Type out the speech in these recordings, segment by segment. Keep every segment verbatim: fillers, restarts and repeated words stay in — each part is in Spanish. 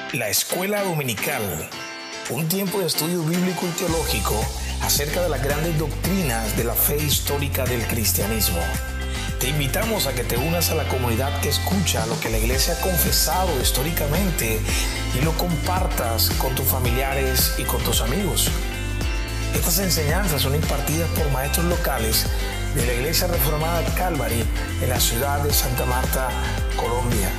La Escuela Dominical, un tiempo de estudio bíblico y teológico acerca de las grandes doctrinas de la fe histórica del cristianismo. Te invitamos a que te unas a la comunidad que escucha lo que la iglesia ha confesado históricamente y lo compartas con tus familiares y con tus amigos. Estas enseñanzas son impartidas por maestros locales de la Iglesia Reformada Calvary en la ciudad de Santa Marta, Colombia.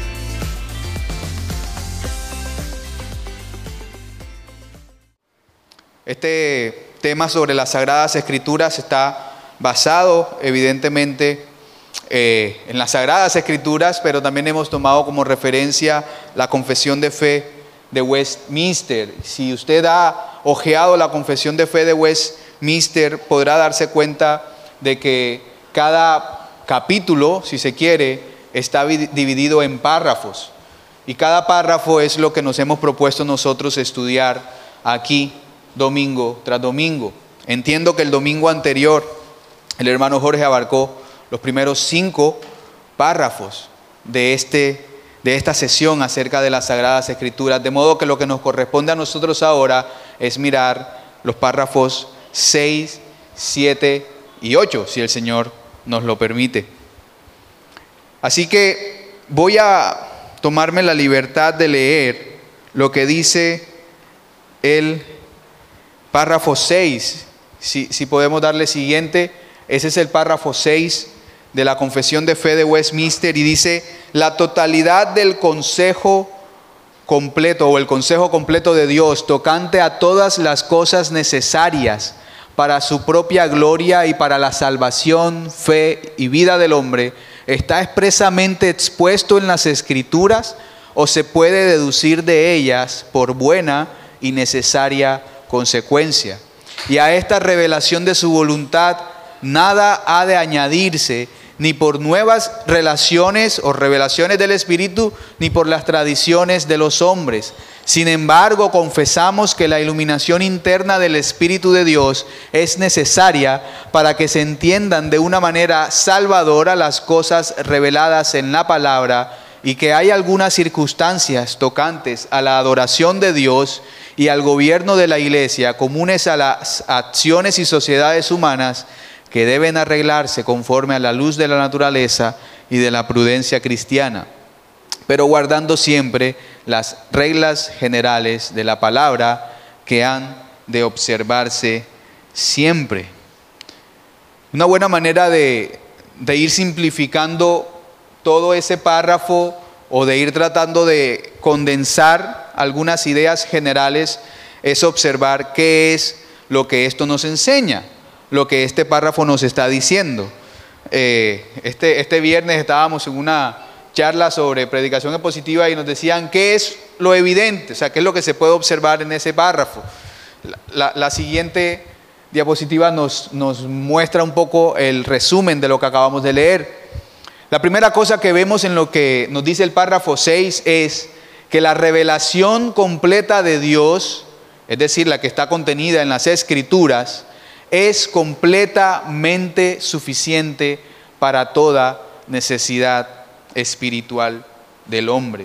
Este tema sobre las Sagradas Escrituras está basado evidentemente eh, en las Sagradas Escrituras, pero también hemos tomado como referencia la Confesión de Fe de Westminster. Si usted ha hojeado la Confesión de Fe de Westminster, podrá darse cuenta de que cada capítulo, si se quiere, está dividido en párrafos. Y cada párrafo es lo que nos hemos propuesto nosotros estudiar aquí, domingo tras domingo. Entiendo que el domingo anterior el hermano Jorge abarcó los primeros cinco párrafos de, este, de esta sesión acerca de las Sagradas Escrituras, de modo que lo que nos corresponde a nosotros ahora es mirar los párrafos seis, siete y ocho, si el Señor nos lo permite. Así que voy a tomarme la libertad de leer lo que dice el párrafo seis, si, si podemos darle siguiente. Ese es el párrafo seis de la Confesión de Fe de Westminster y dice: la totalidad del consejo completo o el consejo completo de Dios tocante a todas las cosas necesarias para su propia gloria y para la salvación, fe y vida del hombre está expresamente expuesto en las Escrituras o se puede deducir de ellas por buena y necesaria consecuencia. Y a esta revelación de su voluntad nada ha de añadirse, ni por nuevas relaciones o revelaciones del Espíritu, ni por las tradiciones de los hombres. Sin embargo, confesamos que la iluminación interna del Espíritu de Dios es necesaria para que se entiendan de una manera salvadora las cosas reveladas en la palabra, y que hay algunas circunstancias tocantes a la adoración de Dios y al gobierno de la Iglesia, comunes a las acciones y sociedades humanas, que deben arreglarse conforme a la luz de la naturaleza y de la prudencia cristiana, pero guardando siempre las reglas generales de la palabra que han de observarse siempre. Una buena manera de, de ir simplificando todo ese párrafo o de ir tratando de condensar algunas ideas generales es observar qué es lo que esto nos enseña, lo que este párrafo nos está diciendo. Eh, este, este viernes estábamos en una charla sobre predicación expositiva y nos decían qué es lo evidente, o sea, qué es lo que se puede observar en ese párrafo. La, la, la siguiente diapositiva nos, nos muestra un poco el resumen de lo que acabamos de leer. La primera cosa que vemos en lo que nos dice el párrafo seis es que la revelación completa de Dios, es decir, la que está contenida en las Escrituras, es completamente suficiente para toda necesidad espiritual del hombre.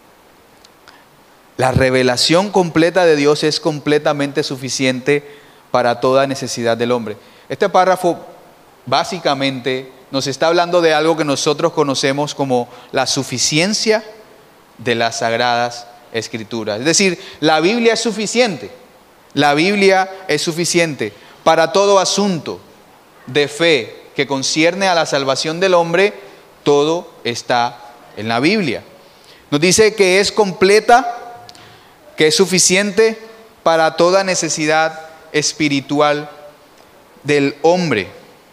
La revelación completa de Dios es completamente suficiente para toda necesidad del hombre. Este párrafo básicamente nos está hablando de algo que nosotros conocemos como la suficiencia de las Sagradas Escrituras. Es decir, la Biblia es suficiente. La Biblia es suficiente para todo asunto de fe que concierne a la salvación del hombre. Todo está en la Biblia. Nos dice que es completa, que es suficiente para toda necesidad espiritual del hombre.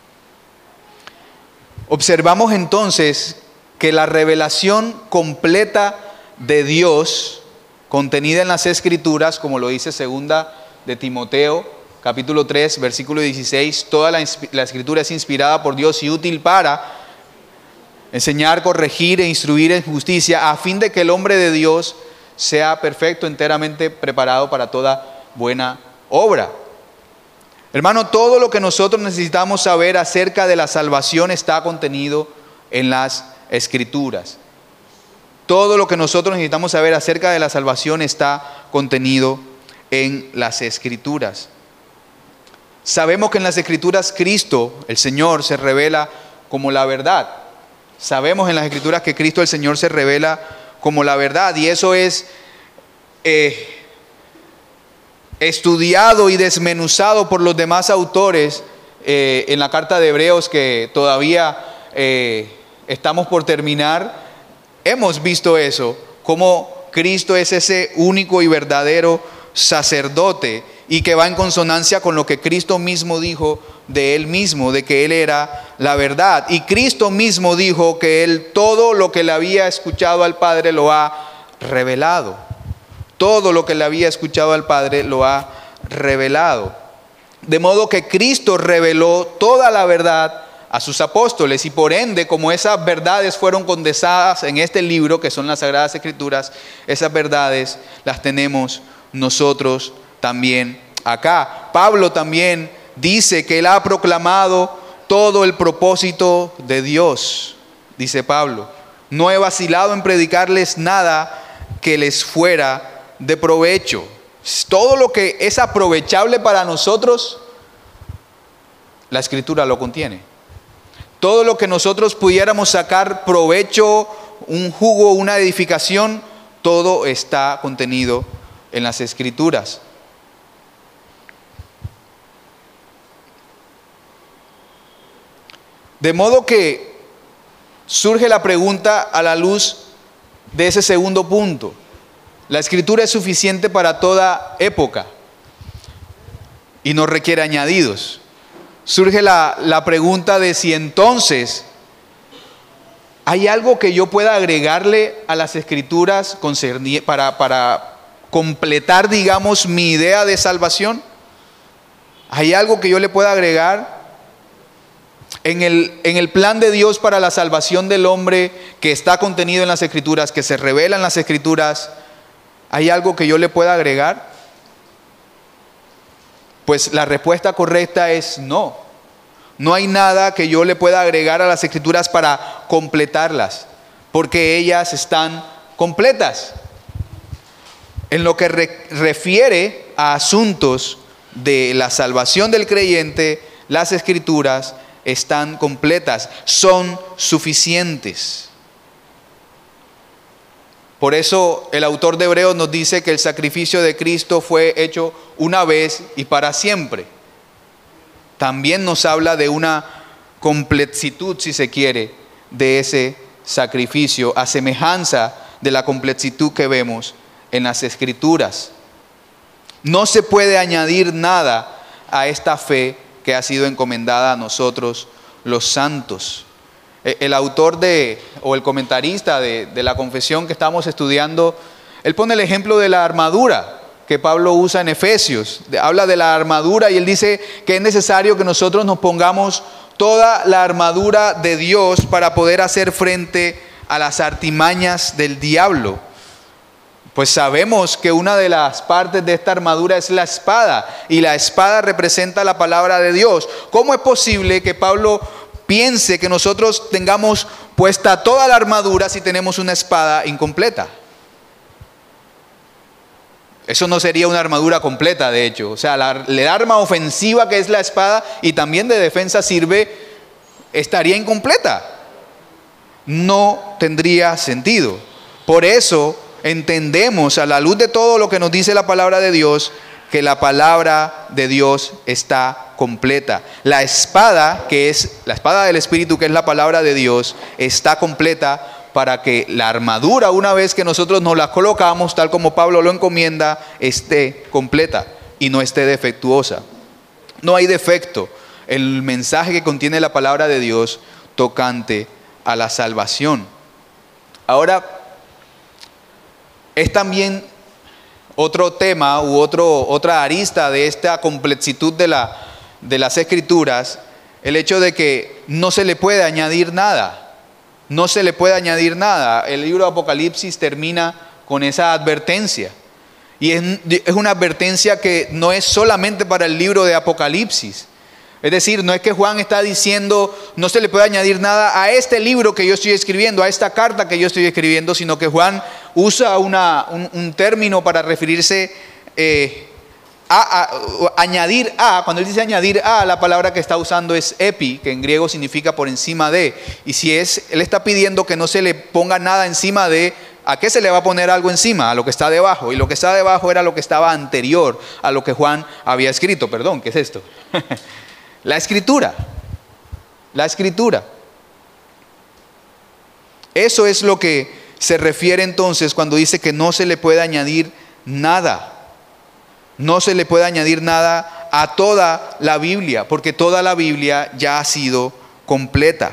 Observamos entonces que la revelación completa de Dios, contenida en las Escrituras, como lo dice segunda de Timoteo, capítulo tres, versículo dieciséis, toda la, la Escritura es inspirada por Dios y útil para enseñar, corregir e instruir en justicia, a fin de que el hombre de Dios sea perfecto, enteramente preparado para toda buena obra. Hermano, todo lo que nosotros necesitamos saber acerca de la salvación está contenido en las Escrituras. Todo lo que nosotros necesitamos saber acerca de la salvación está contenido en las Escrituras. Sabemos que en las Escrituras Cristo, el Señor, se revela como la verdad. Sabemos en las Escrituras que Cristo, el Señor, se revela como la verdad. Y eso es eh, estudiado y desmenuzado por los demás autores eh, en la carta de Hebreos, que todavía eh, estamos por terminar. Hemos visto eso, cómo Cristo es ese único y verdadero sacerdote, y que va en consonancia con lo que Cristo mismo dijo de Él mismo, de que Él era la verdad. Y Cristo mismo dijo que Él todo lo que le había escuchado al Padre lo ha revelado. Todo lo que le había escuchado al Padre lo ha revelado. De modo que Cristo reveló toda la verdad a sus apóstoles, y por ende, como esas verdades fueron condensadas en este libro, que son las Sagradas Escrituras, esas verdades las tenemos nosotros también acá. Pablo también dice que él ha proclamado todo el propósito de Dios. Dice Pablo: no he vacilado en predicarles nada que les fuera de provecho. Todo lo que es aprovechable para nosotros, la Escritura lo contiene. Todo lo que nosotros pudiéramos sacar provecho, un jugo, una edificación, todo está contenido en las Escrituras. De modo que surge la pregunta a la luz de ese segundo punto. La Escritura es suficiente para toda época y no requiere añadidos. Surge la, la pregunta de si entonces hay algo que yo pueda agregarle a las Escrituras para, para completar, digamos, mi idea de salvación. ¿Hay algo que yo le pueda agregar? En el, en el plan de Dios para la salvación del hombre, que está contenido en las Escrituras, que se revela en las Escrituras, ¿hay algo que yo le pueda agregar? Pues la respuesta correcta es no. No hay nada que yo le pueda agregar a las Escrituras para completarlas, porque ellas están completas. En lo que re- refiere a asuntos de la salvación del creyente, las Escrituras están completas, son suficientes. Por eso el autor de Hebreos nos dice que el sacrificio de Cristo fue hecho una vez y para siempre. También nos habla de una completitud, si se quiere, de ese sacrificio, a semejanza de la completitud que vemos en las Escrituras. No se puede añadir nada a esta fe que ha sido encomendada a nosotros los santos. El autor de, o el comentarista de, de la confesión que estamos estudiando, él pone el ejemplo de la armadura que Pablo usa en Efesios. Habla de la armadura y él dice que es necesario que nosotros nos pongamos toda la armadura de Dios para poder hacer frente a las artimañas del diablo. Pues sabemos que una de las partes de esta armadura es la espada, y la espada representa la palabra de Dios. ¿Cómo es posible que Pablo piense que nosotros tengamos puesta toda la armadura si tenemos una espada incompleta? Eso no sería una armadura completa, de hecho. O sea, la, la arma ofensiva que es la espada y también de defensa sirve, estaría incompleta. No tendría sentido. Por eso entendemos, a la luz de todo lo que nos dice la palabra de Dios, que la palabra de Dios está completa. La espada, que es la espada del Espíritu, que es la palabra de Dios, está completa para que la armadura, una vez que nosotros nos la colocamos, tal como Pablo lo encomienda, esté completa y no esté defectuosa. No hay defecto en el mensaje que contiene la palabra de Dios tocante a la salvación. Ahora, es también otro tema u otro, otra arista de esta complexitud de, la, de las Escrituras, el hecho de que no se le puede añadir nada. No se le puede añadir nada. El libro de Apocalipsis termina con esa advertencia. Y es, es una advertencia que no es solamente para el libro de Apocalipsis. Es decir, no es que Juan está diciendo no se le puede añadir nada a este libro que yo estoy escribiendo, a esta carta que yo estoy escribiendo, sino que Juan usa una, un, un término para referirse eh, a, a, a añadir a. Cuando él dice añadir a, la palabra que está usando es epi, que en griego significa por encima de. Y si es, él está pidiendo que no se le ponga nada encima de, ¿a qué se le va a poner algo encima? A lo que está debajo. Y lo que está debajo era lo que estaba anterior a lo que Juan había escrito. Perdón, ¿qué es esto? La escritura, la escritura. Eso es lo que se refiere entonces cuando dice que no se le puede añadir nada. No se le puede añadir nada a toda la Biblia, porque toda la Biblia ya ha sido completa.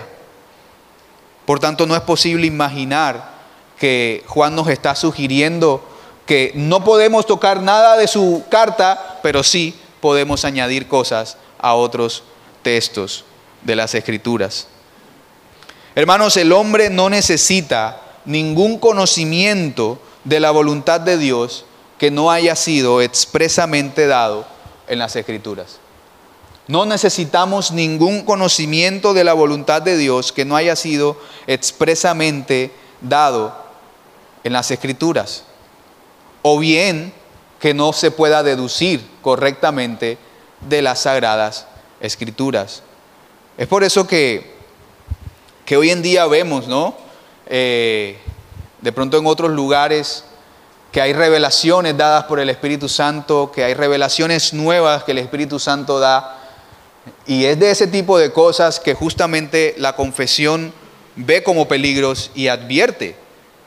Por tanto, no es posible imaginar que Juan nos está sugiriendo que no podemos tocar nada de su carta, pero sí podemos añadir cosas a otros textos de las Escrituras. Hermanos, el hombre no necesita ningún conocimiento de la voluntad de Dios que no haya sido expresamente dado en las Escrituras. No necesitamos ningún conocimiento de la voluntad de Dios que no haya sido expresamente dado en las Escrituras, o bien que no se pueda deducir correctamente de las Sagradas Escrituras. Es por eso que, que hoy en día vemos, ¿no? Eh, de pronto en otros lugares que hay revelaciones dadas por el Espíritu Santo, que hay revelaciones nuevas que el Espíritu Santo da, y es de ese tipo de cosas que justamente la confesión ve como peligros y advierte.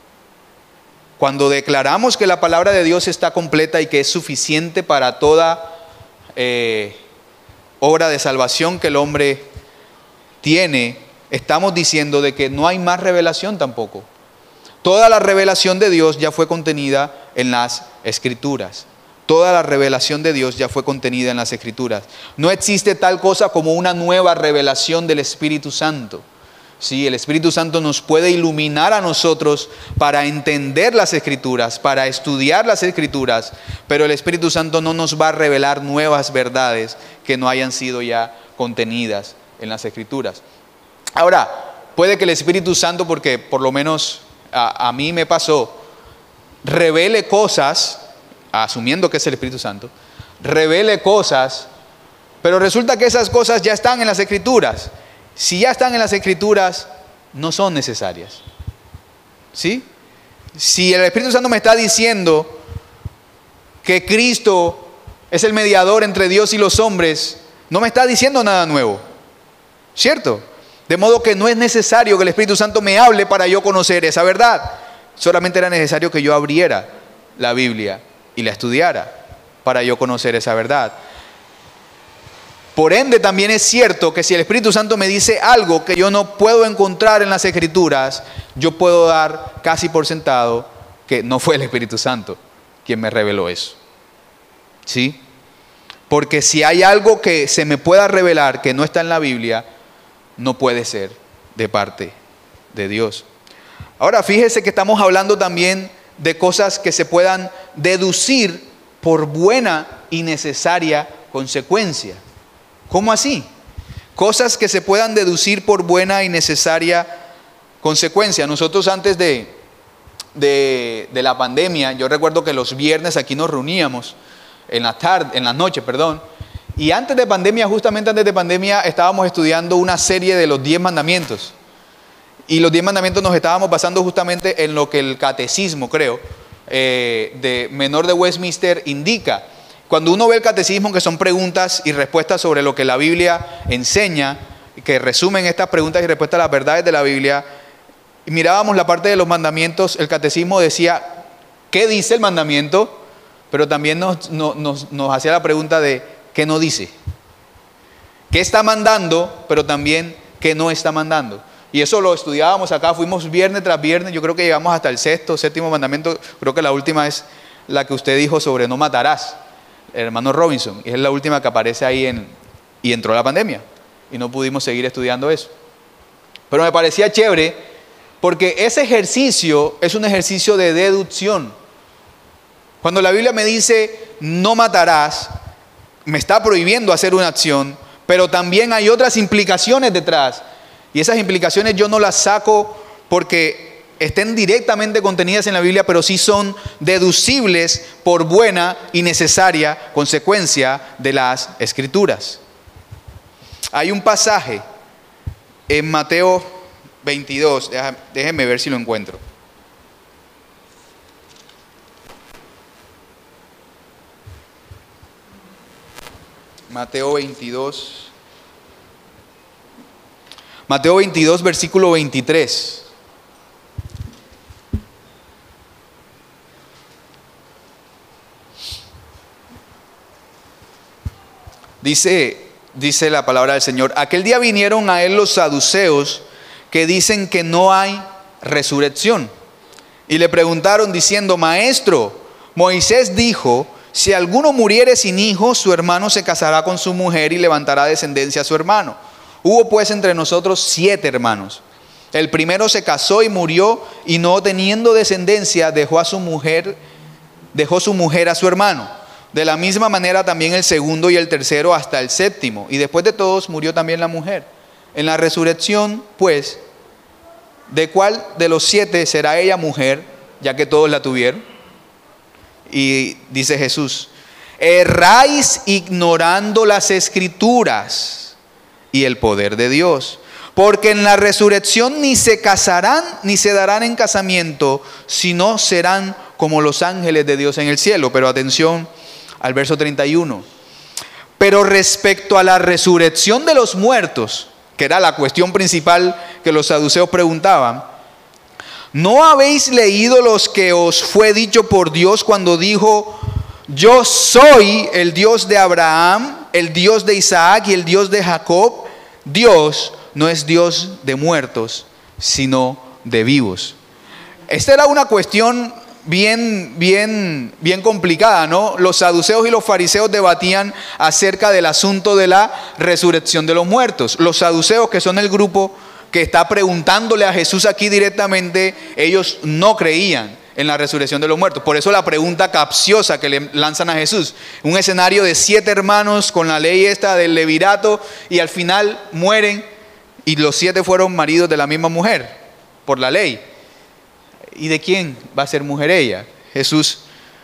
Cuando declaramos que la palabra de Dios está completa y que es suficiente para toda eh, obra de salvación que el hombre tiene, estamos diciendo de que no hay más revelación tampoco. Toda la revelación de Dios ya fue contenida en las Escrituras. Toda la revelación de Dios ya fue contenida en las Escrituras. No existe tal cosa como una nueva revelación del Espíritu Santo. Sí, el Espíritu Santo nos puede iluminar a nosotros para entender las Escrituras, para estudiar las Escrituras, pero el Espíritu Santo no nos va a revelar nuevas verdades que no hayan sido ya contenidas en las Escrituras. Ahora, puede que el Espíritu Santo, porque por lo menos a, a mí me pasó, revele cosas, asumiendo que es el Espíritu Santo, revele cosas, pero resulta que esas cosas ya están en las Escrituras. Si ya están en las Escrituras, no son necesarias. ¿Sí? Si el Espíritu Santo me está diciendo que Cristo es el mediador entre Dios y los hombres, no me está diciendo nada nuevo. ¿Cierto? De modo que no es necesario que el Espíritu Santo me hable para yo conocer esa verdad. Solamente era necesario que yo abriera la Biblia y la estudiara para yo conocer esa verdad. Por ende, también es cierto que si el Espíritu Santo me dice algo que yo no puedo encontrar en las Escrituras, yo puedo dar casi por sentado que no fue el Espíritu Santo quien me reveló eso. ¿Sí? Porque si hay algo que se me pueda revelar que no está en la Biblia, no puede ser de parte de Dios. Ahora, fíjese que estamos hablando también de cosas que se puedan deducir por buena y necesaria consecuencia. ¿Cómo así? Cosas que se puedan deducir por buena y necesaria consecuencia. Nosotros antes de, de, de la pandemia, yo recuerdo que los viernes aquí nos reuníamos, en la tarde, en la noche, perdón, y antes de pandemia, justamente antes de pandemia, estábamos estudiando una serie de los diez mandamientos. Y los diez mandamientos nos estábamos basando justamente en lo que el catecismo, creo, eh, de Menor de Westminster indica. Cuando uno ve el catecismo, que son preguntas y respuestas sobre lo que la Biblia enseña, que resumen estas preguntas y respuestas a las verdades de la Biblia, y mirábamos la parte de los mandamientos, el catecismo decía, ¿qué dice el mandamiento? Pero también nos, nos, nos, nos hacía la pregunta de, ¿qué no dice? ¿Qué está mandando? Pero también, ¿qué no está mandando? Y eso lo estudiábamos acá, fuimos viernes tras viernes, yo creo que llegamos hasta el sexto, séptimo mandamiento, creo que la última es la que usted dijo sobre no matarás. El hermano Robinson, y es la última que aparece ahí en, y entró la pandemia y no pudimos seguir estudiando eso. Pero me parecía chévere porque ese ejercicio es un ejercicio de deducción. Cuando la Biblia me dice no matarás, me está prohibiendo hacer una acción, pero también hay otras implicaciones detrás. Y esas implicaciones yo no las saco porque estén directamente contenidas en la Biblia, pero sí son deducibles por buena y necesaria consecuencia de las Escrituras. Hay un pasaje en Mateo veintidós, déjenme ver si lo encuentro. Mateo veintidós. Mateo veintidós, versículo veintitrés. Dice, dice la palabra del Señor: aquel día vinieron a él los saduceos que dicen que no hay resurrección. Y le preguntaron diciendo: Maestro, Moisés dijo, si alguno muriere sin hijo, su hermano se casará con su mujer y levantará descendencia a su hermano. Hubo pues entre nosotros siete hermanos. El primero se casó y murió, y no teniendo descendencia dejó a su mujer, dejó su mujer a su hermano. De la misma manera también el segundo y el tercero hasta el séptimo. Y después de todos murió también la mujer. En la resurrección, pues, ¿de cuál de los siete será ella mujer, ya que todos la tuvieron? Y dice Jesús: erráis ignorando las Escrituras y el poder de Dios, porque en la resurrección ni se casarán ni se darán en casamiento, sino serán como los ángeles de Dios en el cielo. Pero atención al verso treinta y uno. Pero respecto a la resurrección de los muertos, que era la cuestión principal que los saduceos preguntaban, ¿no habéis leído los que os fue dicho por Dios cuando dijo: yo soy el Dios de Abraham, el Dios de Isaac y el Dios de Jacob? Dios no es Dios de muertos, sino de vivos. Esta era una cuestión bien, bien, bien complicada, ¿no? Los saduceos y los fariseos debatían acerca del asunto de la resurrección de los muertos. Los saduceos, que son el grupo que está preguntándole a Jesús aquí directamente, ellos no creían en la resurrección de los muertos. Por eso la pregunta capciosa que le lanzan a Jesús: un escenario de siete hermanos con la ley esta del levirato, y al final mueren, y los siete fueron maridos de la misma mujer por la ley. ¿Y de quién va a ser mujer ella? Jesús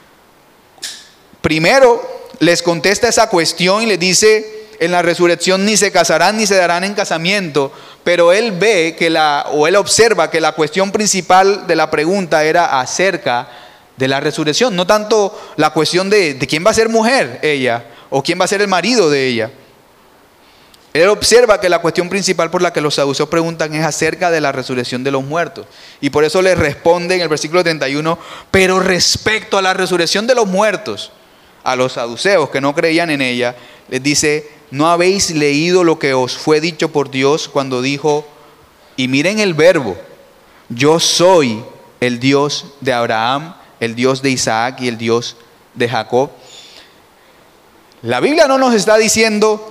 primero les contesta esa cuestión y les dice: en la resurrección ni se casarán ni se darán en casamiento. Pero él ve que la, o él observa que la cuestión principal de la pregunta era acerca de la resurrección, no tanto la cuestión de, de quién va a ser mujer ella o quién va a ser el marido de ella. Él observa que la cuestión principal por la que los saduceos preguntan es acerca de la resurrección de los muertos. Y por eso les responde en el versículo treinta y uno: pero respecto a la resurrección de los muertos, a los saduceos que no creían en ella, les dice: ¿no habéis leído lo que os fue dicho por Dios cuando dijo? Y miren el verbo: yo soy el Dios de Abraham, el Dios de Isaac y el Dios de Jacob. La Biblia no nos está diciendo,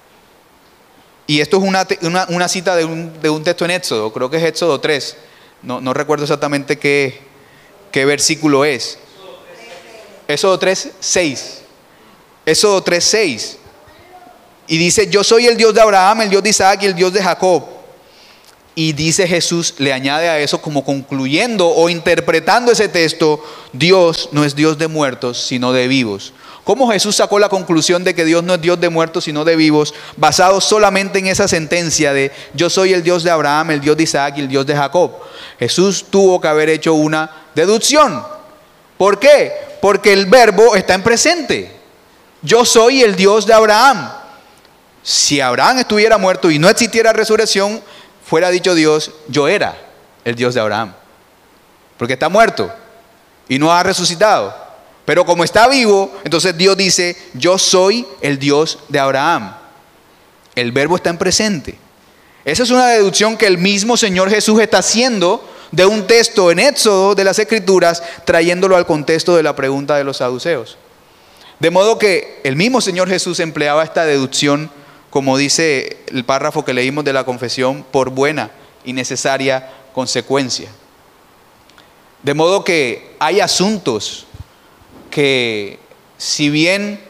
y esto es una, una, una cita de un, de un texto en Éxodo, creo que es Éxodo tres, no, no recuerdo exactamente qué, qué versículo es. Éxodo tres, seis. Éxodo tres, seis. Y dice: yo soy el Dios de Abraham, el Dios de Isaac y el Dios de Jacob. Y dice Jesús, le añade a eso, como concluyendo o interpretando ese texto: Dios no es Dios de muertos, sino de vivos. ¿Cómo Jesús sacó la conclusión de que Dios no es Dios de muertos, sino de vivos? Basado solamente en esa sentencia de: yo soy el Dios de Abraham, el Dios de Isaac y el Dios de Jacob. Jesús tuvo que haber hecho una deducción. ¿Por qué? Porque el verbo está en presente. Yo soy el Dios de Abraham. Si Abraham estuviera muerto y no existiera resurrección, fuera dicho Dios: yo era el Dios de Abraham, porque está muerto y no ha resucitado. Pero como está vivo, entonces Dios dice: yo soy el Dios de Abraham. El verbo está en presente. Esa es una deducción que el mismo Señor Jesús está haciendo de un texto en Éxodo de las Escrituras, trayéndolo al contexto de la pregunta de los saduceos. De modo que el mismo Señor Jesús empleaba esta deducción, como dice el párrafo que leímos de la confesión, por buena y necesaria consecuencia. De modo que hay asuntos que, si bien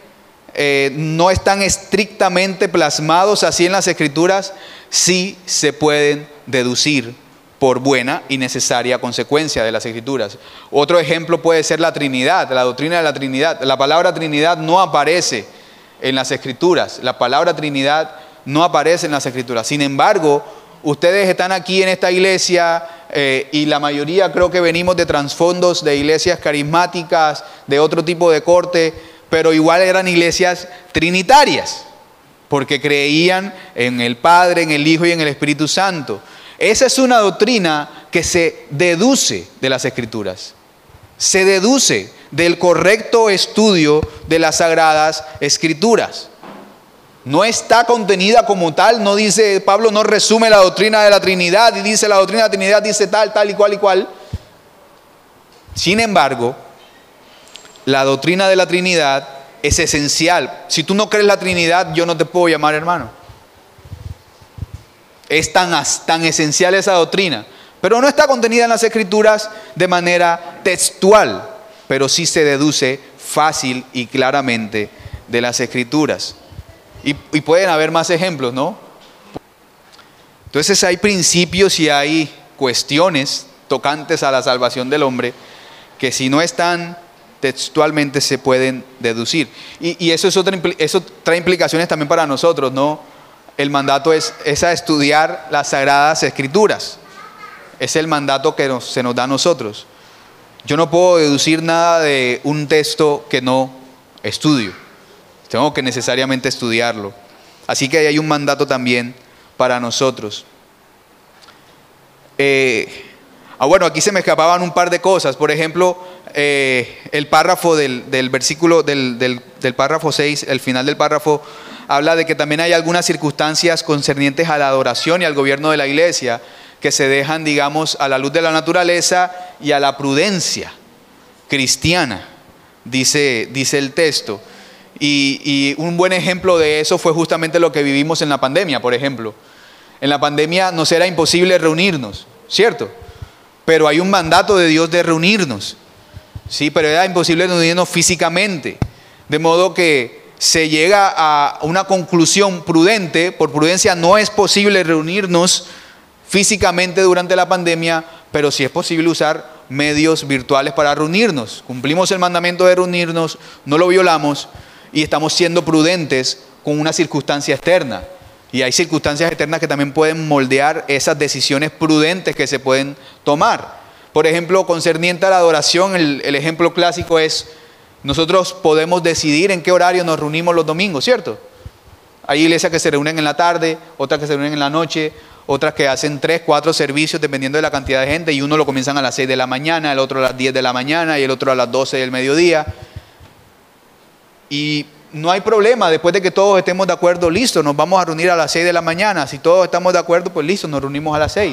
eh, no están estrictamente plasmados así en las Escrituras, sí se pueden deducir por buena y necesaria consecuencia de las Escrituras. Otro ejemplo puede ser la Trinidad, la doctrina de la Trinidad. La palabra Trinidad no aparece en las Escrituras. La palabra Trinidad no aparece en las Escrituras. Sin embargo, ustedes están aquí en esta iglesia eh, y la mayoría creo que venimos de trasfondos de iglesias carismáticas, de otro tipo de corte, pero igual eran iglesias trinitarias, porque creían en el Padre, en el Hijo y en el Espíritu Santo. Esa es una doctrina que se deduce de las Escrituras. Se deduce del correcto estudio de las Sagradas Escrituras. No está contenida como tal, no dice, Pablo no resume la doctrina de la Trinidad y dice la doctrina de la Trinidad dice tal, tal y cual y cual. Sin embargo, la doctrina de la Trinidad es esencial. Si tú no crees la Trinidad, yo no te puedo llamar hermano. Es tan, tan esencial esa doctrina, pero no está contenida en las Escrituras de manera textual, pero sí se deduce fácil y claramente de las Escrituras. Y, y pueden haber más ejemplos, ¿no? Entonces hay principios y hay cuestiones tocantes a la salvación del hombre que si no están textualmente se pueden deducir. Y, y eso, es otra, eso trae implicaciones también para nosotros, ¿no? El mandato es, es a estudiar las Sagradas Escrituras. Es el mandato que nos, se nos da a nosotros. Yo no puedo deducir nada de un texto que no estudio. Tengo que necesariamente estudiarlo. Así que hay un mandato también para nosotros. Eh, ah, bueno, aquí se me escapaban un par de cosas. Por ejemplo, eh, el párrafo del, del versículo, del, del, del párrafo seis, el final del párrafo, habla de que también hay algunas circunstancias concernientes a la adoración y al gobierno de la iglesia que se dejan, digamos, a la luz de la naturaleza y a la prudencia cristiana, dice, dice el texto. Y, y un buen ejemplo de eso fue justamente lo que vivimos en la pandemia, por ejemplo. En la pandemia nos era imposible reunirnos, ¿cierto? Pero hay un mandato de Dios de reunirnos, ¿sí? Pero era imposible reunirnos físicamente. De modo que se llega a una conclusión prudente. Por prudencia no es posible reunirnos físicamente durante la pandemia, pero sí es posible usar medios virtuales para reunirnos. Cumplimos el mandamiento de reunirnos, no lo violamos, y estamos siendo prudentes con una circunstancia externa. Y hay circunstancias externas que también pueden moldear esas decisiones prudentes que se pueden tomar. Por ejemplo, concerniente a la adoración, el, el ejemplo clásico es, nosotros podemos decidir en qué horario nos reunimos los domingos, ¿cierto? Hay iglesias que se reúnen en la tarde, otras que se reúnen en la noche, otras que hacen tres, cuatro servicios dependiendo de la cantidad de gente, y uno lo comienzan a las seis de la mañana, el otro a las diez de la mañana y el otro a las doce del mediodía. Y no hay problema, después de que todos estemos de acuerdo, listo, nos vamos a reunir a las seis de la mañana. Si todos estamos de acuerdo, pues listo, nos reunimos a las seis.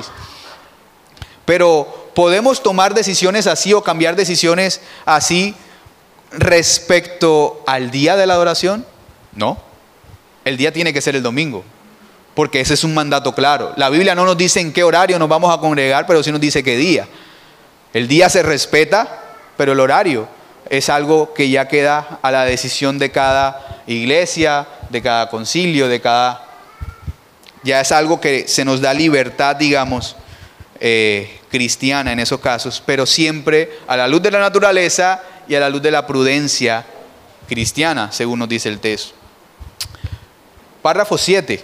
Pero ¿podemos tomar decisiones así o cambiar decisiones así respecto al día de la adoración? No, el día tiene que ser el domingo, porque ese es un mandato claro. La Biblia no nos dice en qué horario nos vamos a congregar, pero sí nos dice qué día. El día se respeta, pero el horario es algo que ya queda a la decisión de cada iglesia, de cada concilio, de cada... Ya es algo que se nos da libertad, digamos, eh, cristiana en esos casos, pero siempre a la luz de la naturaleza y a la luz de la prudencia cristiana, según nos dice el texto. Párrafo siete.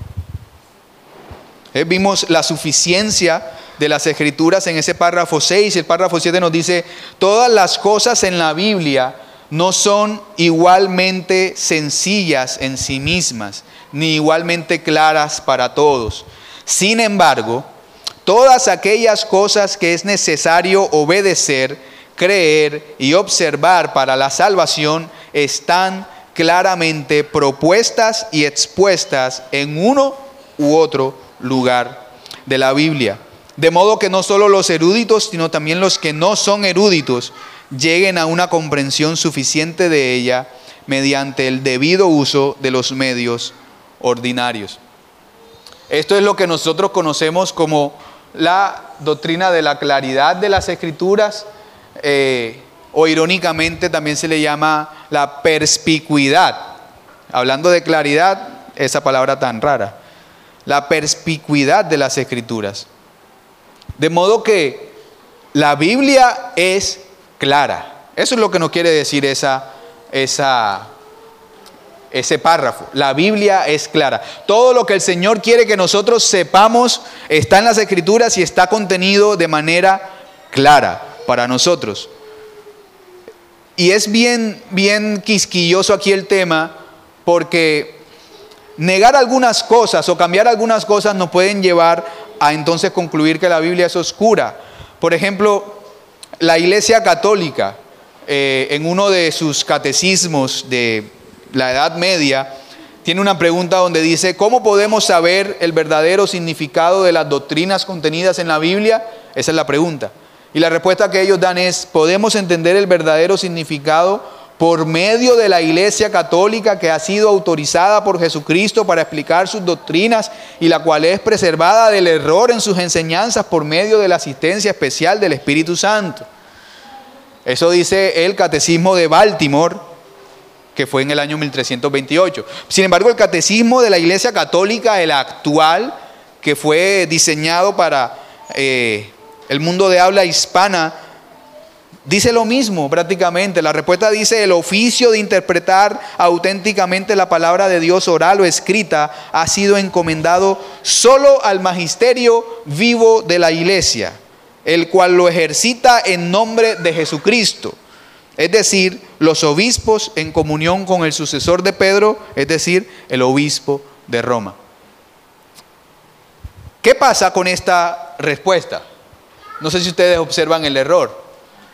Eh, vimos la suficiencia de las Escrituras en ese párrafo seis. El párrafo siete nos dice, todas las cosas en la Biblia no son igualmente sencillas en sí mismas, ni igualmente claras para todos. Sin embargo, todas aquellas cosas que es necesario obedecer, creer y observar para la salvación están claramente propuestas y expuestas en uno u otro lugar de la Biblia. De modo que no solo los eruditos, sino también los que no son eruditos, lleguen a una comprensión suficiente de ella mediante el debido uso de los medios ordinarios. Esto es lo que nosotros conocemos como la doctrina de la claridad de las Escrituras, eh, o irónicamente también se le llama la perspicuidad Hablando de claridad, esa palabra tan rara. La perspicuidad de las Escrituras. De modo que la Biblia es clara. Eso es lo que nos quiere decir esa, esa, ese párrafo. La Biblia es clara. Todo lo que el Señor quiere que nosotros sepamos está en las Escrituras y está contenido de manera clara para nosotros. Y es bien, bien quisquilloso aquí el tema, porque negar algunas cosas o cambiar algunas cosas nos pueden llevar a entonces concluir que la Biblia es oscura. Por ejemplo, la Iglesia Católica, eh, en uno de sus catecismos de la Edad Media, tiene una pregunta donde dice: ¿cómo podemos saber el verdadero significado de las doctrinas contenidas en la Biblia? Esa es la pregunta. Y la respuesta que ellos dan es: podemos entender el verdadero significado por medio de la Iglesia Católica, que ha sido autorizada por Jesucristo para explicar sus doctrinas y la cual es preservada del error en sus enseñanzas por medio de la asistencia especial del Espíritu Santo. Eso dice el Catecismo de Baltimore, que fue en el año mil trescientos veintiocho. Sin embargo, el Catecismo de la Iglesia Católica, el actual, que fue diseñado para eh, el mundo de habla hispana, dice lo mismo prácticamente. La respuesta dice: el oficio de interpretar auténticamente la palabra de Dios oral o escrita ha sido encomendado solo al magisterio vivo de la Iglesia, el cual lo ejercita en nombre de Jesucristo, es decir, los obispos en comunión con el sucesor de Pedro, es decir, el obispo de Roma. ¿Qué pasa con esta respuesta? No sé si ustedes observan el error.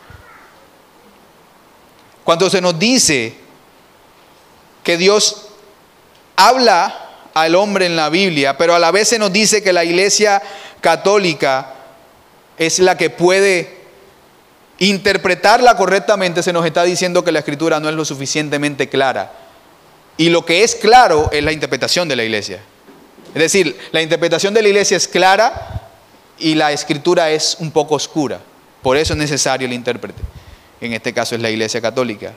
Cuando se nos dice que Dios habla al hombre en la Biblia, pero a la vez se nos dice que la Iglesia Católica es la que puede interpretarla correctamente, se nos está diciendo que la Escritura no es lo suficientemente clara. Y lo que es claro es la interpretación de la Iglesia. Es decir, la interpretación de la Iglesia es clara y la Escritura es un poco oscura. Por eso es necesario el intérprete. En este caso es la Iglesia Católica.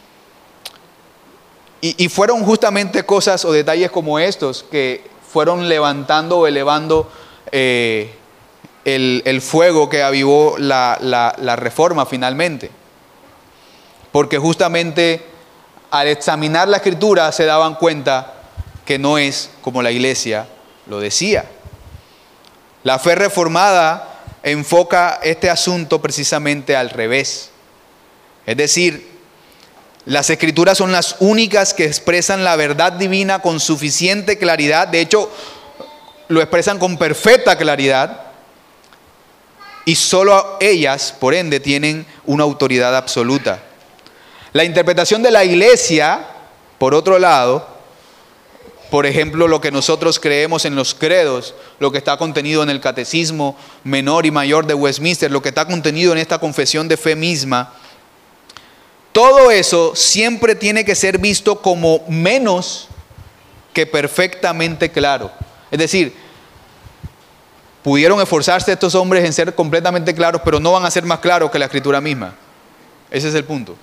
Y, y fueron justamente cosas o detalles como estos que fueron levantando o elevando eh, el, el fuego que avivó la, la, la Reforma finalmente. Porque justamente al examinar la Escritura se daban cuenta que no es como la Iglesia lo decía. La fe reformada enfoca este asunto precisamente al revés. Es decir, las Escrituras son las únicas que expresan la verdad divina con suficiente claridad. De hecho, lo expresan con perfecta claridad. Y solo ellas, por ende, tienen una autoridad absoluta. La interpretación de la Iglesia, por otro lado, por ejemplo, lo que nosotros creemos en los credos, lo que está contenido en el Catecismo Menor y Mayor de Westminster, lo que está contenido en esta confesión de fe misma, todo eso siempre tiene que ser visto como menos que perfectamente claro. Es decir, pudieron esforzarse estos hombres en ser completamente claros, pero no van a ser más claros que la Escritura misma. Ese es el punto.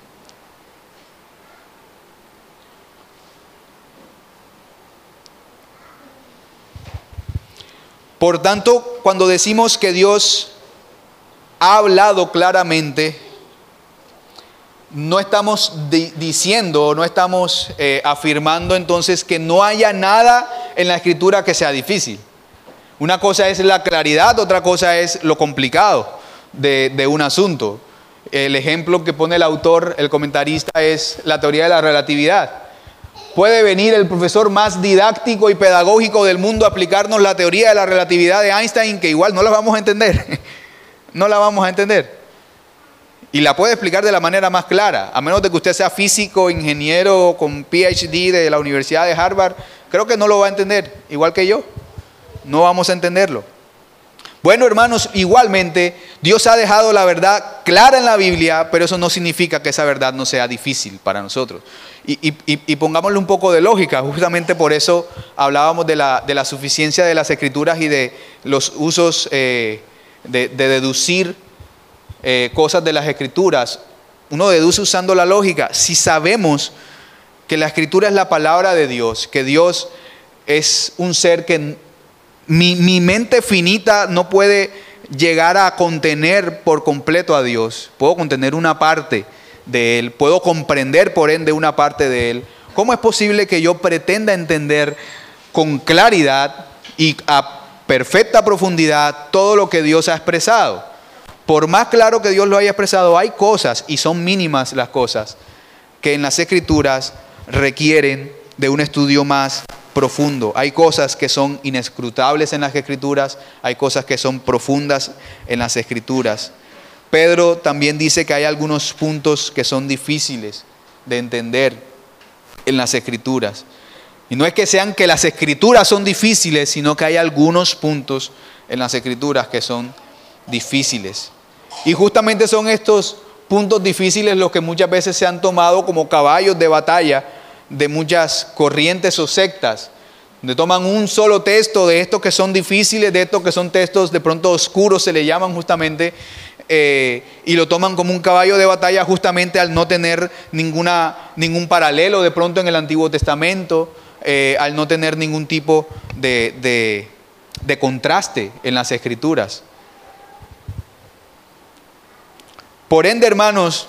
Por tanto, cuando decimos que Dios ha hablado claramente, no estamos di- diciendo, no estamos eh, afirmando entonces que no haya nada en la Escritura que sea difícil. Una cosa es la claridad, otra cosa es lo complicado de, de un asunto. El ejemplo que pone el autor, el comentarista, es la teoría de la relatividad. Puede venir el profesor más didáctico y pedagógico del mundo a aplicarnos la teoría de la relatividad de Einstein, que igual no la vamos a entender. No la vamos a entender. Y la puede explicar de la manera más clara, a menos de que usted sea físico, ingeniero con P H D de la Universidad de Harvard. Creo que no lo va a entender, igual que yo. No vamos a entenderlo. Bueno, hermanos, igualmente Dios ha dejado la verdad clara en la Biblia, pero eso no significa que esa verdad no sea difícil para nosotros. Y, y, y pongámosle un poco de lógica. Justamente por eso hablábamos de la, de la suficiencia de las Escrituras y de los usos eh, de, de deducir eh, cosas de las Escrituras. Uno deduce usando la lógica. Si sabemos que la Escritura es la palabra de Dios, que Dios es un ser que mi, mi mente finita no puede llegar a contener por completo a Dios. Puedo contener una parte de Él, puedo comprender por ende una parte de Él. ¿Cómo es posible que yo pretenda entender con claridad y a perfecta profundidad todo lo que Dios ha expresado? Por más claro que Dios lo haya expresado, hay cosas, y son mínimas las cosas, que en las Escrituras requieren de un estudio más profundo. Hay cosas que son inescrutables en las Escrituras, hay cosas que son profundas en las Escrituras. Pedro también dice que hay algunos puntos que son difíciles de entender en las Escrituras. Y no es que sean que las Escrituras son difíciles, sino que hay algunos puntos en las Escrituras que son difíciles. Y justamente son estos puntos difíciles los que muchas veces se han tomado como caballos de batalla de muchas corrientes o sectas, donde toman un solo texto de estos que son difíciles, de estos que son textos de pronto oscuros, se le llaman justamente, eh, y lo toman como un caballo de batalla justamente al no tener ninguna, ningún paralelo de pronto en el Antiguo Testamento, eh, al no tener ningún tipo de, de, de contraste en las Escrituras. Por ende, hermanos,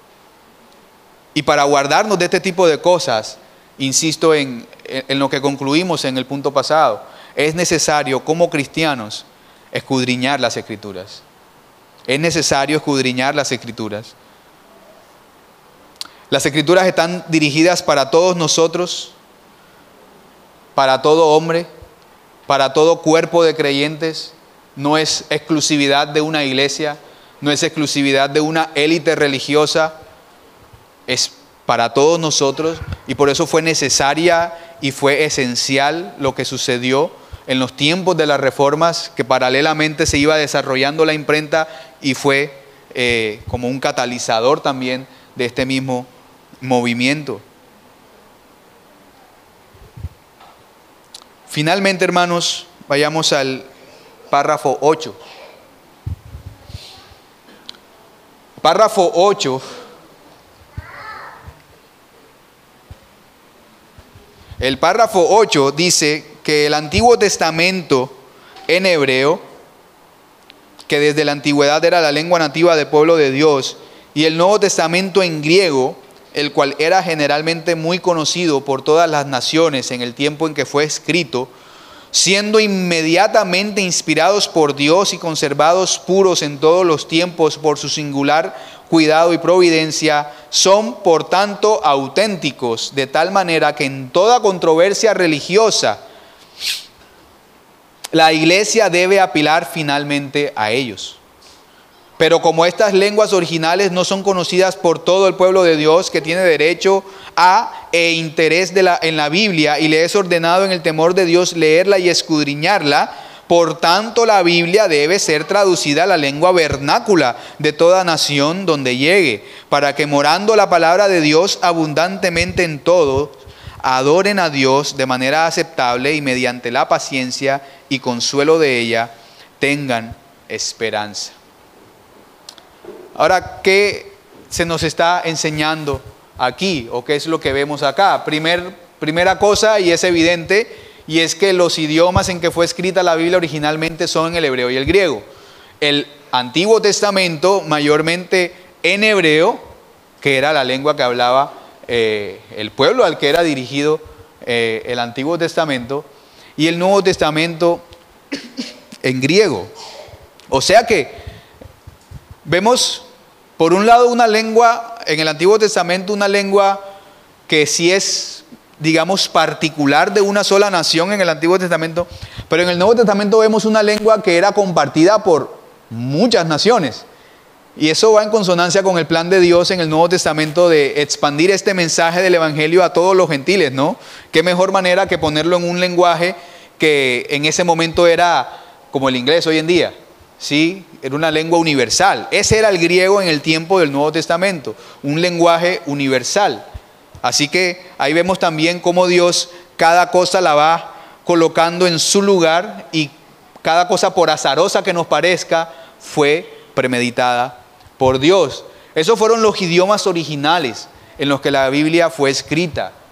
y para guardarnos de este tipo de cosas, insisto en, en lo que concluimos en el punto pasado, es necesario como cristianos escudriñar las Escrituras. Es necesario escudriñar las Escrituras. Las Escrituras están dirigidas para todos nosotros, para todo hombre, para todo cuerpo de creyentes. No es exclusividad de una iglesia, no es exclusividad de una élite religiosa, es para todos nosotros, y por eso fue necesaria y fue esencial lo que sucedió en los tiempos de las reformas, que paralelamente se iba desarrollando la imprenta y fue eh, como un catalizador también de este mismo movimiento. Finalmente, hermanos, vayamos al párrafo ocho. Párrafo ocho. El párrafo ocho dice que el Antiguo Testamento en hebreo, que desde la antigüedad era la lengua nativa del pueblo de Dios, y el Nuevo Testamento en griego, el cual era generalmente muy conocido por todas las naciones en el tiempo en que fue escrito, siendo inmediatamente inspirados por Dios y conservados puros en todos los tiempos por su singular cuidado y providencia, son por tanto auténticos, de tal manera que en toda controversia religiosa la iglesia debe apelar finalmente a ellos. Pero como estas lenguas originales no son conocidas por todo el pueblo de Dios, que tiene derecho a e interés de la, en la Biblia, y le es ordenado en el temor de Dios leerla y escudriñarla, por tanto la Biblia debe ser traducida a la lengua vernácula de toda nación donde llegue, para que morando la palabra de Dios abundantemente en todo, adoren a Dios de manera aceptable y mediante la paciencia y consuelo de ella tengan esperanza. Ahora, ¿qué se nos está enseñando aquí? ¿O qué es lo que vemos acá? Primer, primera cosa, y es evidente, y es que los idiomas en que fue escrita la Biblia originalmente son el hebreo y el griego. El Antiguo Testamento mayormente en hebreo, que era la lengua que hablaba eh, el pueblo al que era dirigido eh, el Antiguo Testamento, y el Nuevo Testamento en griego. O sea que vemos por un lado una lengua, en el Antiguo Testamento una lengua que sí es, digamos, particular de una sola nación en el Antiguo Testamento, pero en el Nuevo Testamento vemos una lengua que era compartida por muchas naciones. Y eso va en consonancia con el plan de Dios en el Nuevo Testamento de expandir este mensaje del Evangelio a todos los gentiles, ¿no? Qué mejor manera que ponerlo en un lenguaje que en ese momento era como el inglés hoy en día. Sí, era una lengua universal. Ese era el griego en el tiempo del Nuevo Testamento, un lenguaje universal. Así que ahí vemos también cómo Dios cada cosa la va colocando en su lugar, y cada cosa, por azarosa que nos parezca, fue premeditada por Dios. Esos fueron los idiomas originales en los que la Biblia fue escrita.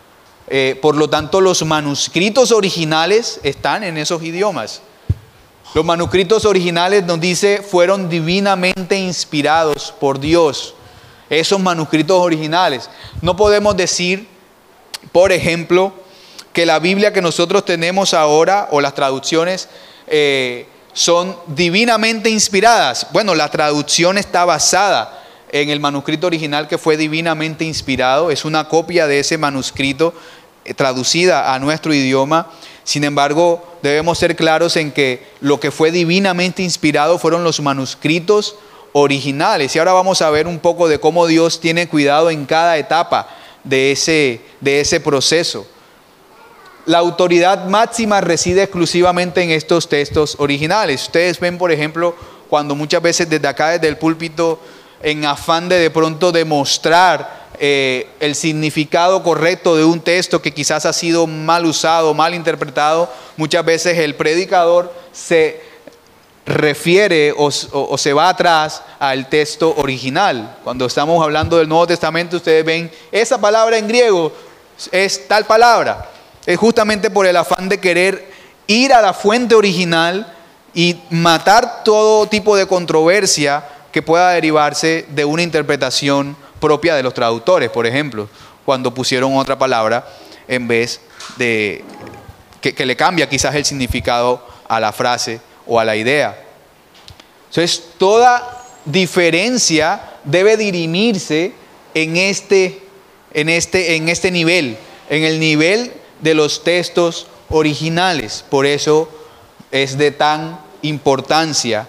Eh, por lo tanto, los manuscritos originales están en esos idiomas. Los manuscritos originales, nos dice, fueron divinamente inspirados por Dios. Esos manuscritos originales. No podemos decir, por ejemplo, que la Biblia que nosotros tenemos ahora, o las traducciones, eh, son divinamente inspiradas. Bueno, la traducción está basada en el manuscrito original que fue divinamente inspirado. Es una copia de ese manuscrito eh, traducida a nuestro idioma. Sin embargo, debemos ser claros en que lo que fue divinamente inspirado fueron los manuscritos originales. Y ahora vamos a ver un poco de cómo Dios tiene cuidado en cada etapa de ese, de ese proceso. La autoridad máxima reside exclusivamente en estos textos originales. Ustedes ven, por ejemplo, cuando muchas veces desde acá, desde el púlpito, en afán de de pronto demostrar eh, el significado correcto de un texto que quizás ha sido mal usado, mal interpretado, muchas veces el predicador se refiere o, o, o se va atrás al texto original. Cuando estamos hablando del Nuevo Testamento, ustedes ven, esa palabra en griego es tal palabra. Es justamente por el afán de querer ir a la fuente original y matar todo tipo de controversia que pueda derivarse de una interpretación propia de los traductores, por ejemplo, cuando pusieron otra palabra en vez de que, que le cambia quizás el significado a la frase o a la idea. Entonces, toda diferencia debe dirimirse en este, en este, en este nivel, en el nivel de los textos originales. Por eso es de tan importancia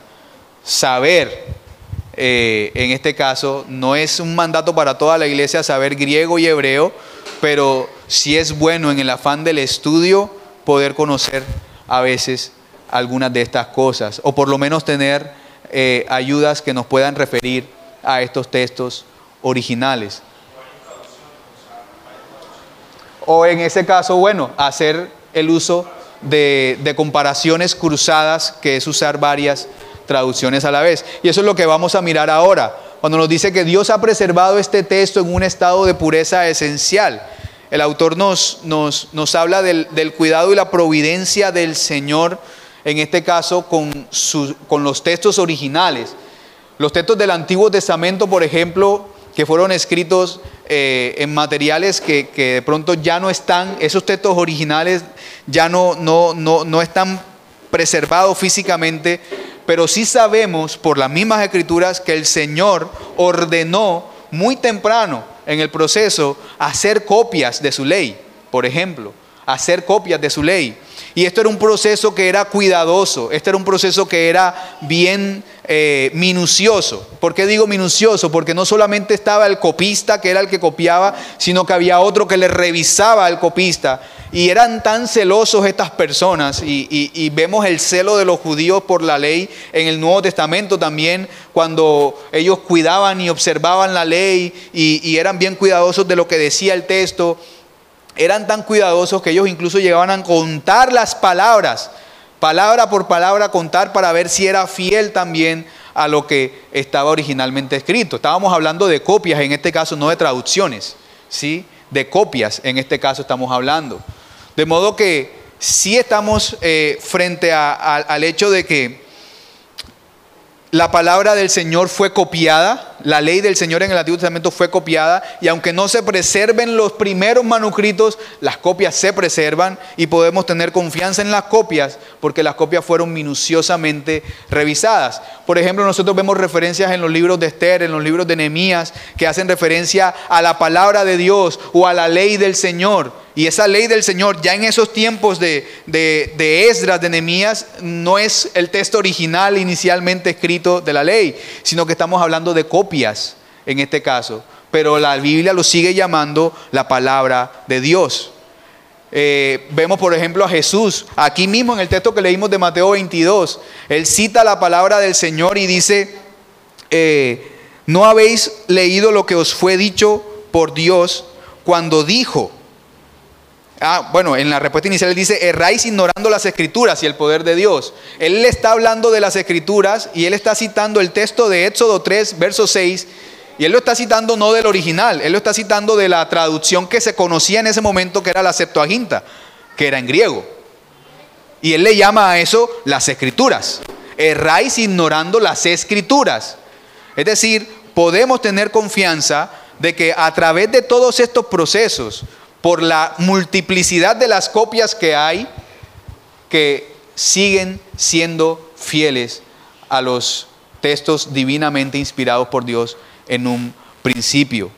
saber, eh, en este caso, no es un mandato para toda la iglesia saber griego y hebreo, pero sí es bueno en el afán del estudio poder conocer a veces algunas de estas cosas, o por lo menos tener eh, ayudas que nos puedan referir a estos textos originales. O en ese caso, bueno, hacer el uso de, de comparaciones cruzadas, que es usar varias traducciones a la vez. Y eso es lo que vamos a mirar ahora, cuando nos dice que Dios ha preservado este texto en un estado de pureza esencial. El autor nos, nos, nos habla del, del cuidado y la providencia del Señor, en este caso con, su, con los textos originales. Los textos del Antiguo Testamento, por ejemplo, que fueron escritos eh, en materiales que, que de pronto ya no están, esos textos originales ya no, no, no, no están preservados físicamente, pero sí sabemos por las mismas escrituras que el Señor ordenó muy temprano en el proceso hacer copias de su ley, por ejemplo, hacer copias de su ley. Y esto era un proceso que era cuidadoso, este era un proceso que era bien eh, minucioso. ¿Por qué digo minucioso? Porque no solamente estaba el copista, que era el que copiaba, sino que había otro que le revisaba al copista. Y eran tan celosos estas personas, y, y, y vemos el celo de los judíos por la ley en el Nuevo Testamento también, cuando ellos cuidaban y observaban la ley y, y eran bien cuidadosos de lo que decía el texto. Eran tan cuidadosos que ellos incluso llegaban a contar las palabras, palabra por palabra contar para ver si era fiel también a lo que estaba originalmente escrito. Estábamos hablando de copias, en este caso no de traducciones, ¿sí? De copias en este caso estamos hablando. De modo que sí estamos eh, frente a, a, al hecho de que la palabra del Señor fue copiada, la ley del Señor en el Antiguo Testamento fue copiada, y aunque no se preserven los primeros manuscritos, las copias se preservan y podemos tener confianza en las copias porque las copias fueron minuciosamente revisadas. Por ejemplo, nosotros vemos referencias en los libros de Esther, en los libros de Nehemías, que hacen referencia a la palabra de Dios o a la ley del Señor. Y esa ley del Señor, ya en esos tiempos de, de, de Esdras, de Nehemías, no es el texto original inicialmente escrito de la ley, sino que estamos hablando de copias en este caso. Pero la Biblia lo sigue llamando la palabra de Dios. Eh, vemos por ejemplo a Jesús, aquí mismo en el texto que leímos de Mateo veintidós, él cita la palabra del Señor y dice, eh, ¿no habéis leído lo que os fue dicho por Dios cuando dijo? Ah, bueno, en la respuesta inicial él dice, erráis ignorando las escrituras y el poder de Dios. Él le está hablando de las escrituras y él está citando el texto de Éxodo tres, verso seis, Y él lo está citando no del original, él lo está citando de la traducción que se conocía en ese momento, que era la Septuaginta, que era en griego. Y él le llama a eso las escrituras. Erráis ignorando las escrituras. Es decir, podemos tener confianza de que a través de todos estos procesos, por la multiplicidad de las copias que hay, que siguen siendo fieles a los textos divinamente inspirados por Dios en un principio.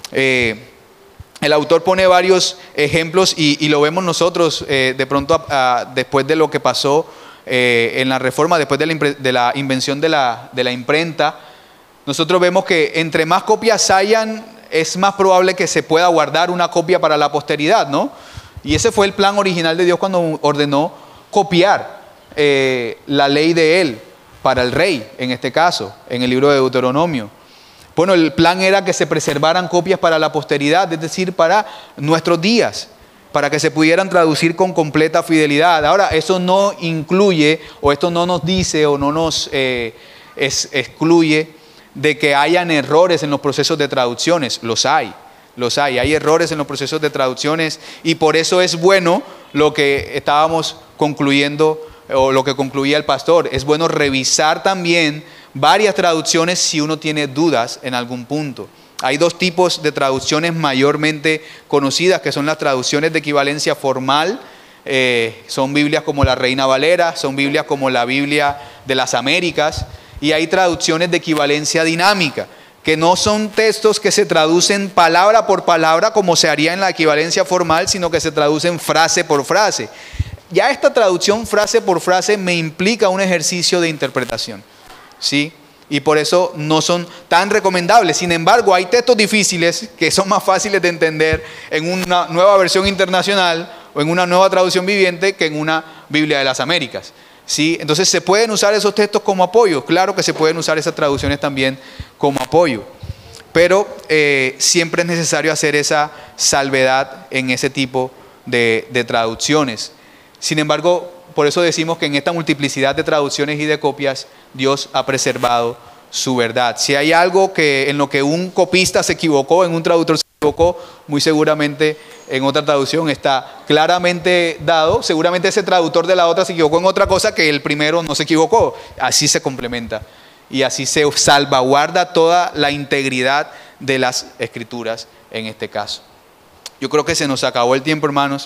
Eh, el autor pone varios ejemplos y, y lo vemos nosotros eh, de pronto a, a, después de lo que pasó eh, en la Reforma, después de la, de la invención de la, de la imprenta. Nosotros vemos que entre más copias hayan, es más probable que se pueda guardar una copia para la posteridad, ¿no? Y ese fue el plan original de Dios cuando ordenó copiar eh, la ley de él para el rey, en este caso, en el libro de Deuteronomio. Bueno, el plan era que se preservaran copias para la posteridad, es decir, para nuestros días, para que se pudieran traducir con completa fidelidad. Ahora, eso no incluye, o esto no nos dice, o no nos eh, es, excluye de que hayan errores en los procesos de traducciones. Los hay, los hay, hay errores en los procesos de traducciones, y por eso es bueno lo que estábamos concluyendo, o lo que concluía el pastor. Es bueno revisar también varias traducciones si uno tiene dudas en algún punto. Hay dos tipos de traducciones mayormente conocidas, que son las traducciones de equivalencia formal. Eh, son Biblias como la Reina Valera, son Biblias como la Biblia de las Américas, y hay traducciones de equivalencia dinámica, que no son textos que se traducen palabra por palabra como se haría en la equivalencia formal, sino que se traducen frase por frase. Ya esta traducción frase por frase me implica un ejercicio de interpretación, ¿sí? Y por eso no son tan recomendables. Sin embargo, hay textos difíciles que son más fáciles de entender en una nueva versión internacional o en una nueva traducción viviente que en una Biblia de las Américas, ¿sí? Entonces, ¿se pueden usar esos textos como apoyo? Claro que se pueden usar esas traducciones también como apoyo. Pero eh, siempre es necesario hacer esa salvedad en ese tipo de, de traducciones. Sin embargo, por eso decimos que en esta multiplicidad de traducciones y de copias, Dios ha preservado su verdad. Si hay algo que en lo que un copista se equivocó, en un traductor se equivocó, muy seguramente en otra traducción está claramente dado. Seguramente ese traductor de la otra se equivocó en otra cosa que el primero no se equivocó. Así se complementa y así se salvaguarda toda la integridad de las escrituras en este caso. Yo creo que se nos acabó el tiempo, hermanos.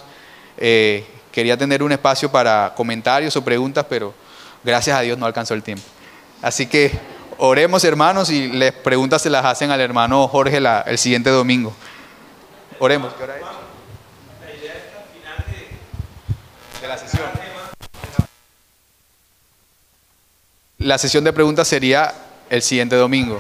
Eh, Quería tener un espacio para comentarios o preguntas, pero gracias a Dios no alcanzó el tiempo. Así que oremos, hermanos, y las preguntas se las hacen al hermano Jorge la, el siguiente domingo. Oremos. ¿Qué hora es? La idea es que al final de, de la sesión. La sesión de preguntas sería el siguiente domingo.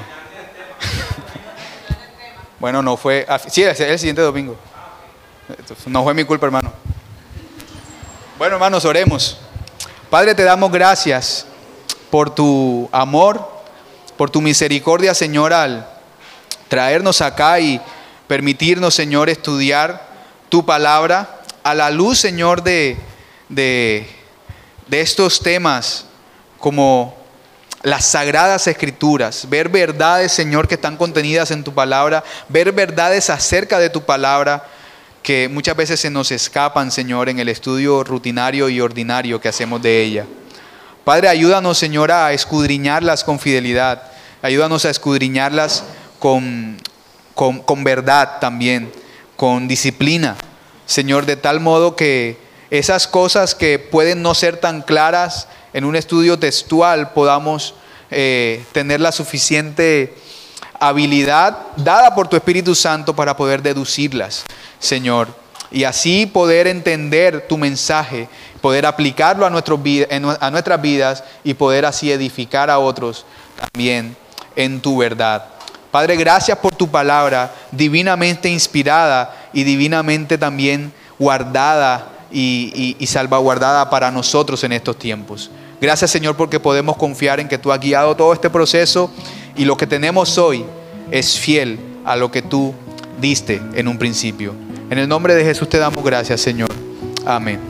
Bueno, no fue... Sí, es el siguiente domingo. No fue mi culpa, hermano. Bueno, hermanos, oremos. Padre, te damos gracias por tu amor, por tu misericordia, Señor, al traernos acá y permitirnos, Señor, estudiar tu palabra a la luz, Señor, de, de, de estos temas como las sagradas escrituras, ver verdades, Señor, que están contenidas en tu palabra, ver verdades acerca de tu palabra, que muchas veces se nos escapan, Señor, en el estudio rutinario y ordinario que hacemos de ella. Padre, ayúdanos, Señor, a escudriñarlas con fidelidad. Ayúdanos a escudriñarlas con, con, con verdad también, con disciplina, Señor, de tal modo que esas cosas que pueden no ser tan claras en un estudio textual podamos eh, tener la suficiente habilidad dada por tu Espíritu Santo para poder deducirlas, Señor, y así poder entender tu mensaje, poder aplicarlo a, nuestros, a nuestras vidas y poder así edificar a otros también en tu verdad. Padre, gracias por tu palabra divinamente inspirada y divinamente también guardada y, y, y salvaguardada para nosotros en estos tiempos. Gracias, Señor, porque podemos confiar en que tú has guiado todo este proceso y lo que tenemos hoy es fiel a lo que tú diste en un principio. En el nombre de Jesús te damos gracias, Señor. Amén.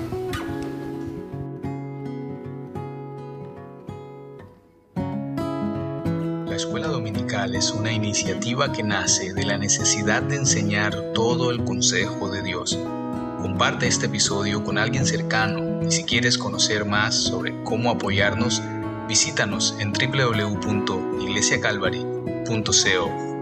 La Escuela Dominical es una iniciativa que nace de la necesidad de enseñar todo el consejo de Dios. Comparte este episodio con alguien cercano y si quieres conocer más sobre cómo apoyarnos, visítanos en doble u doble u doble u punto iglesia calvary punto co.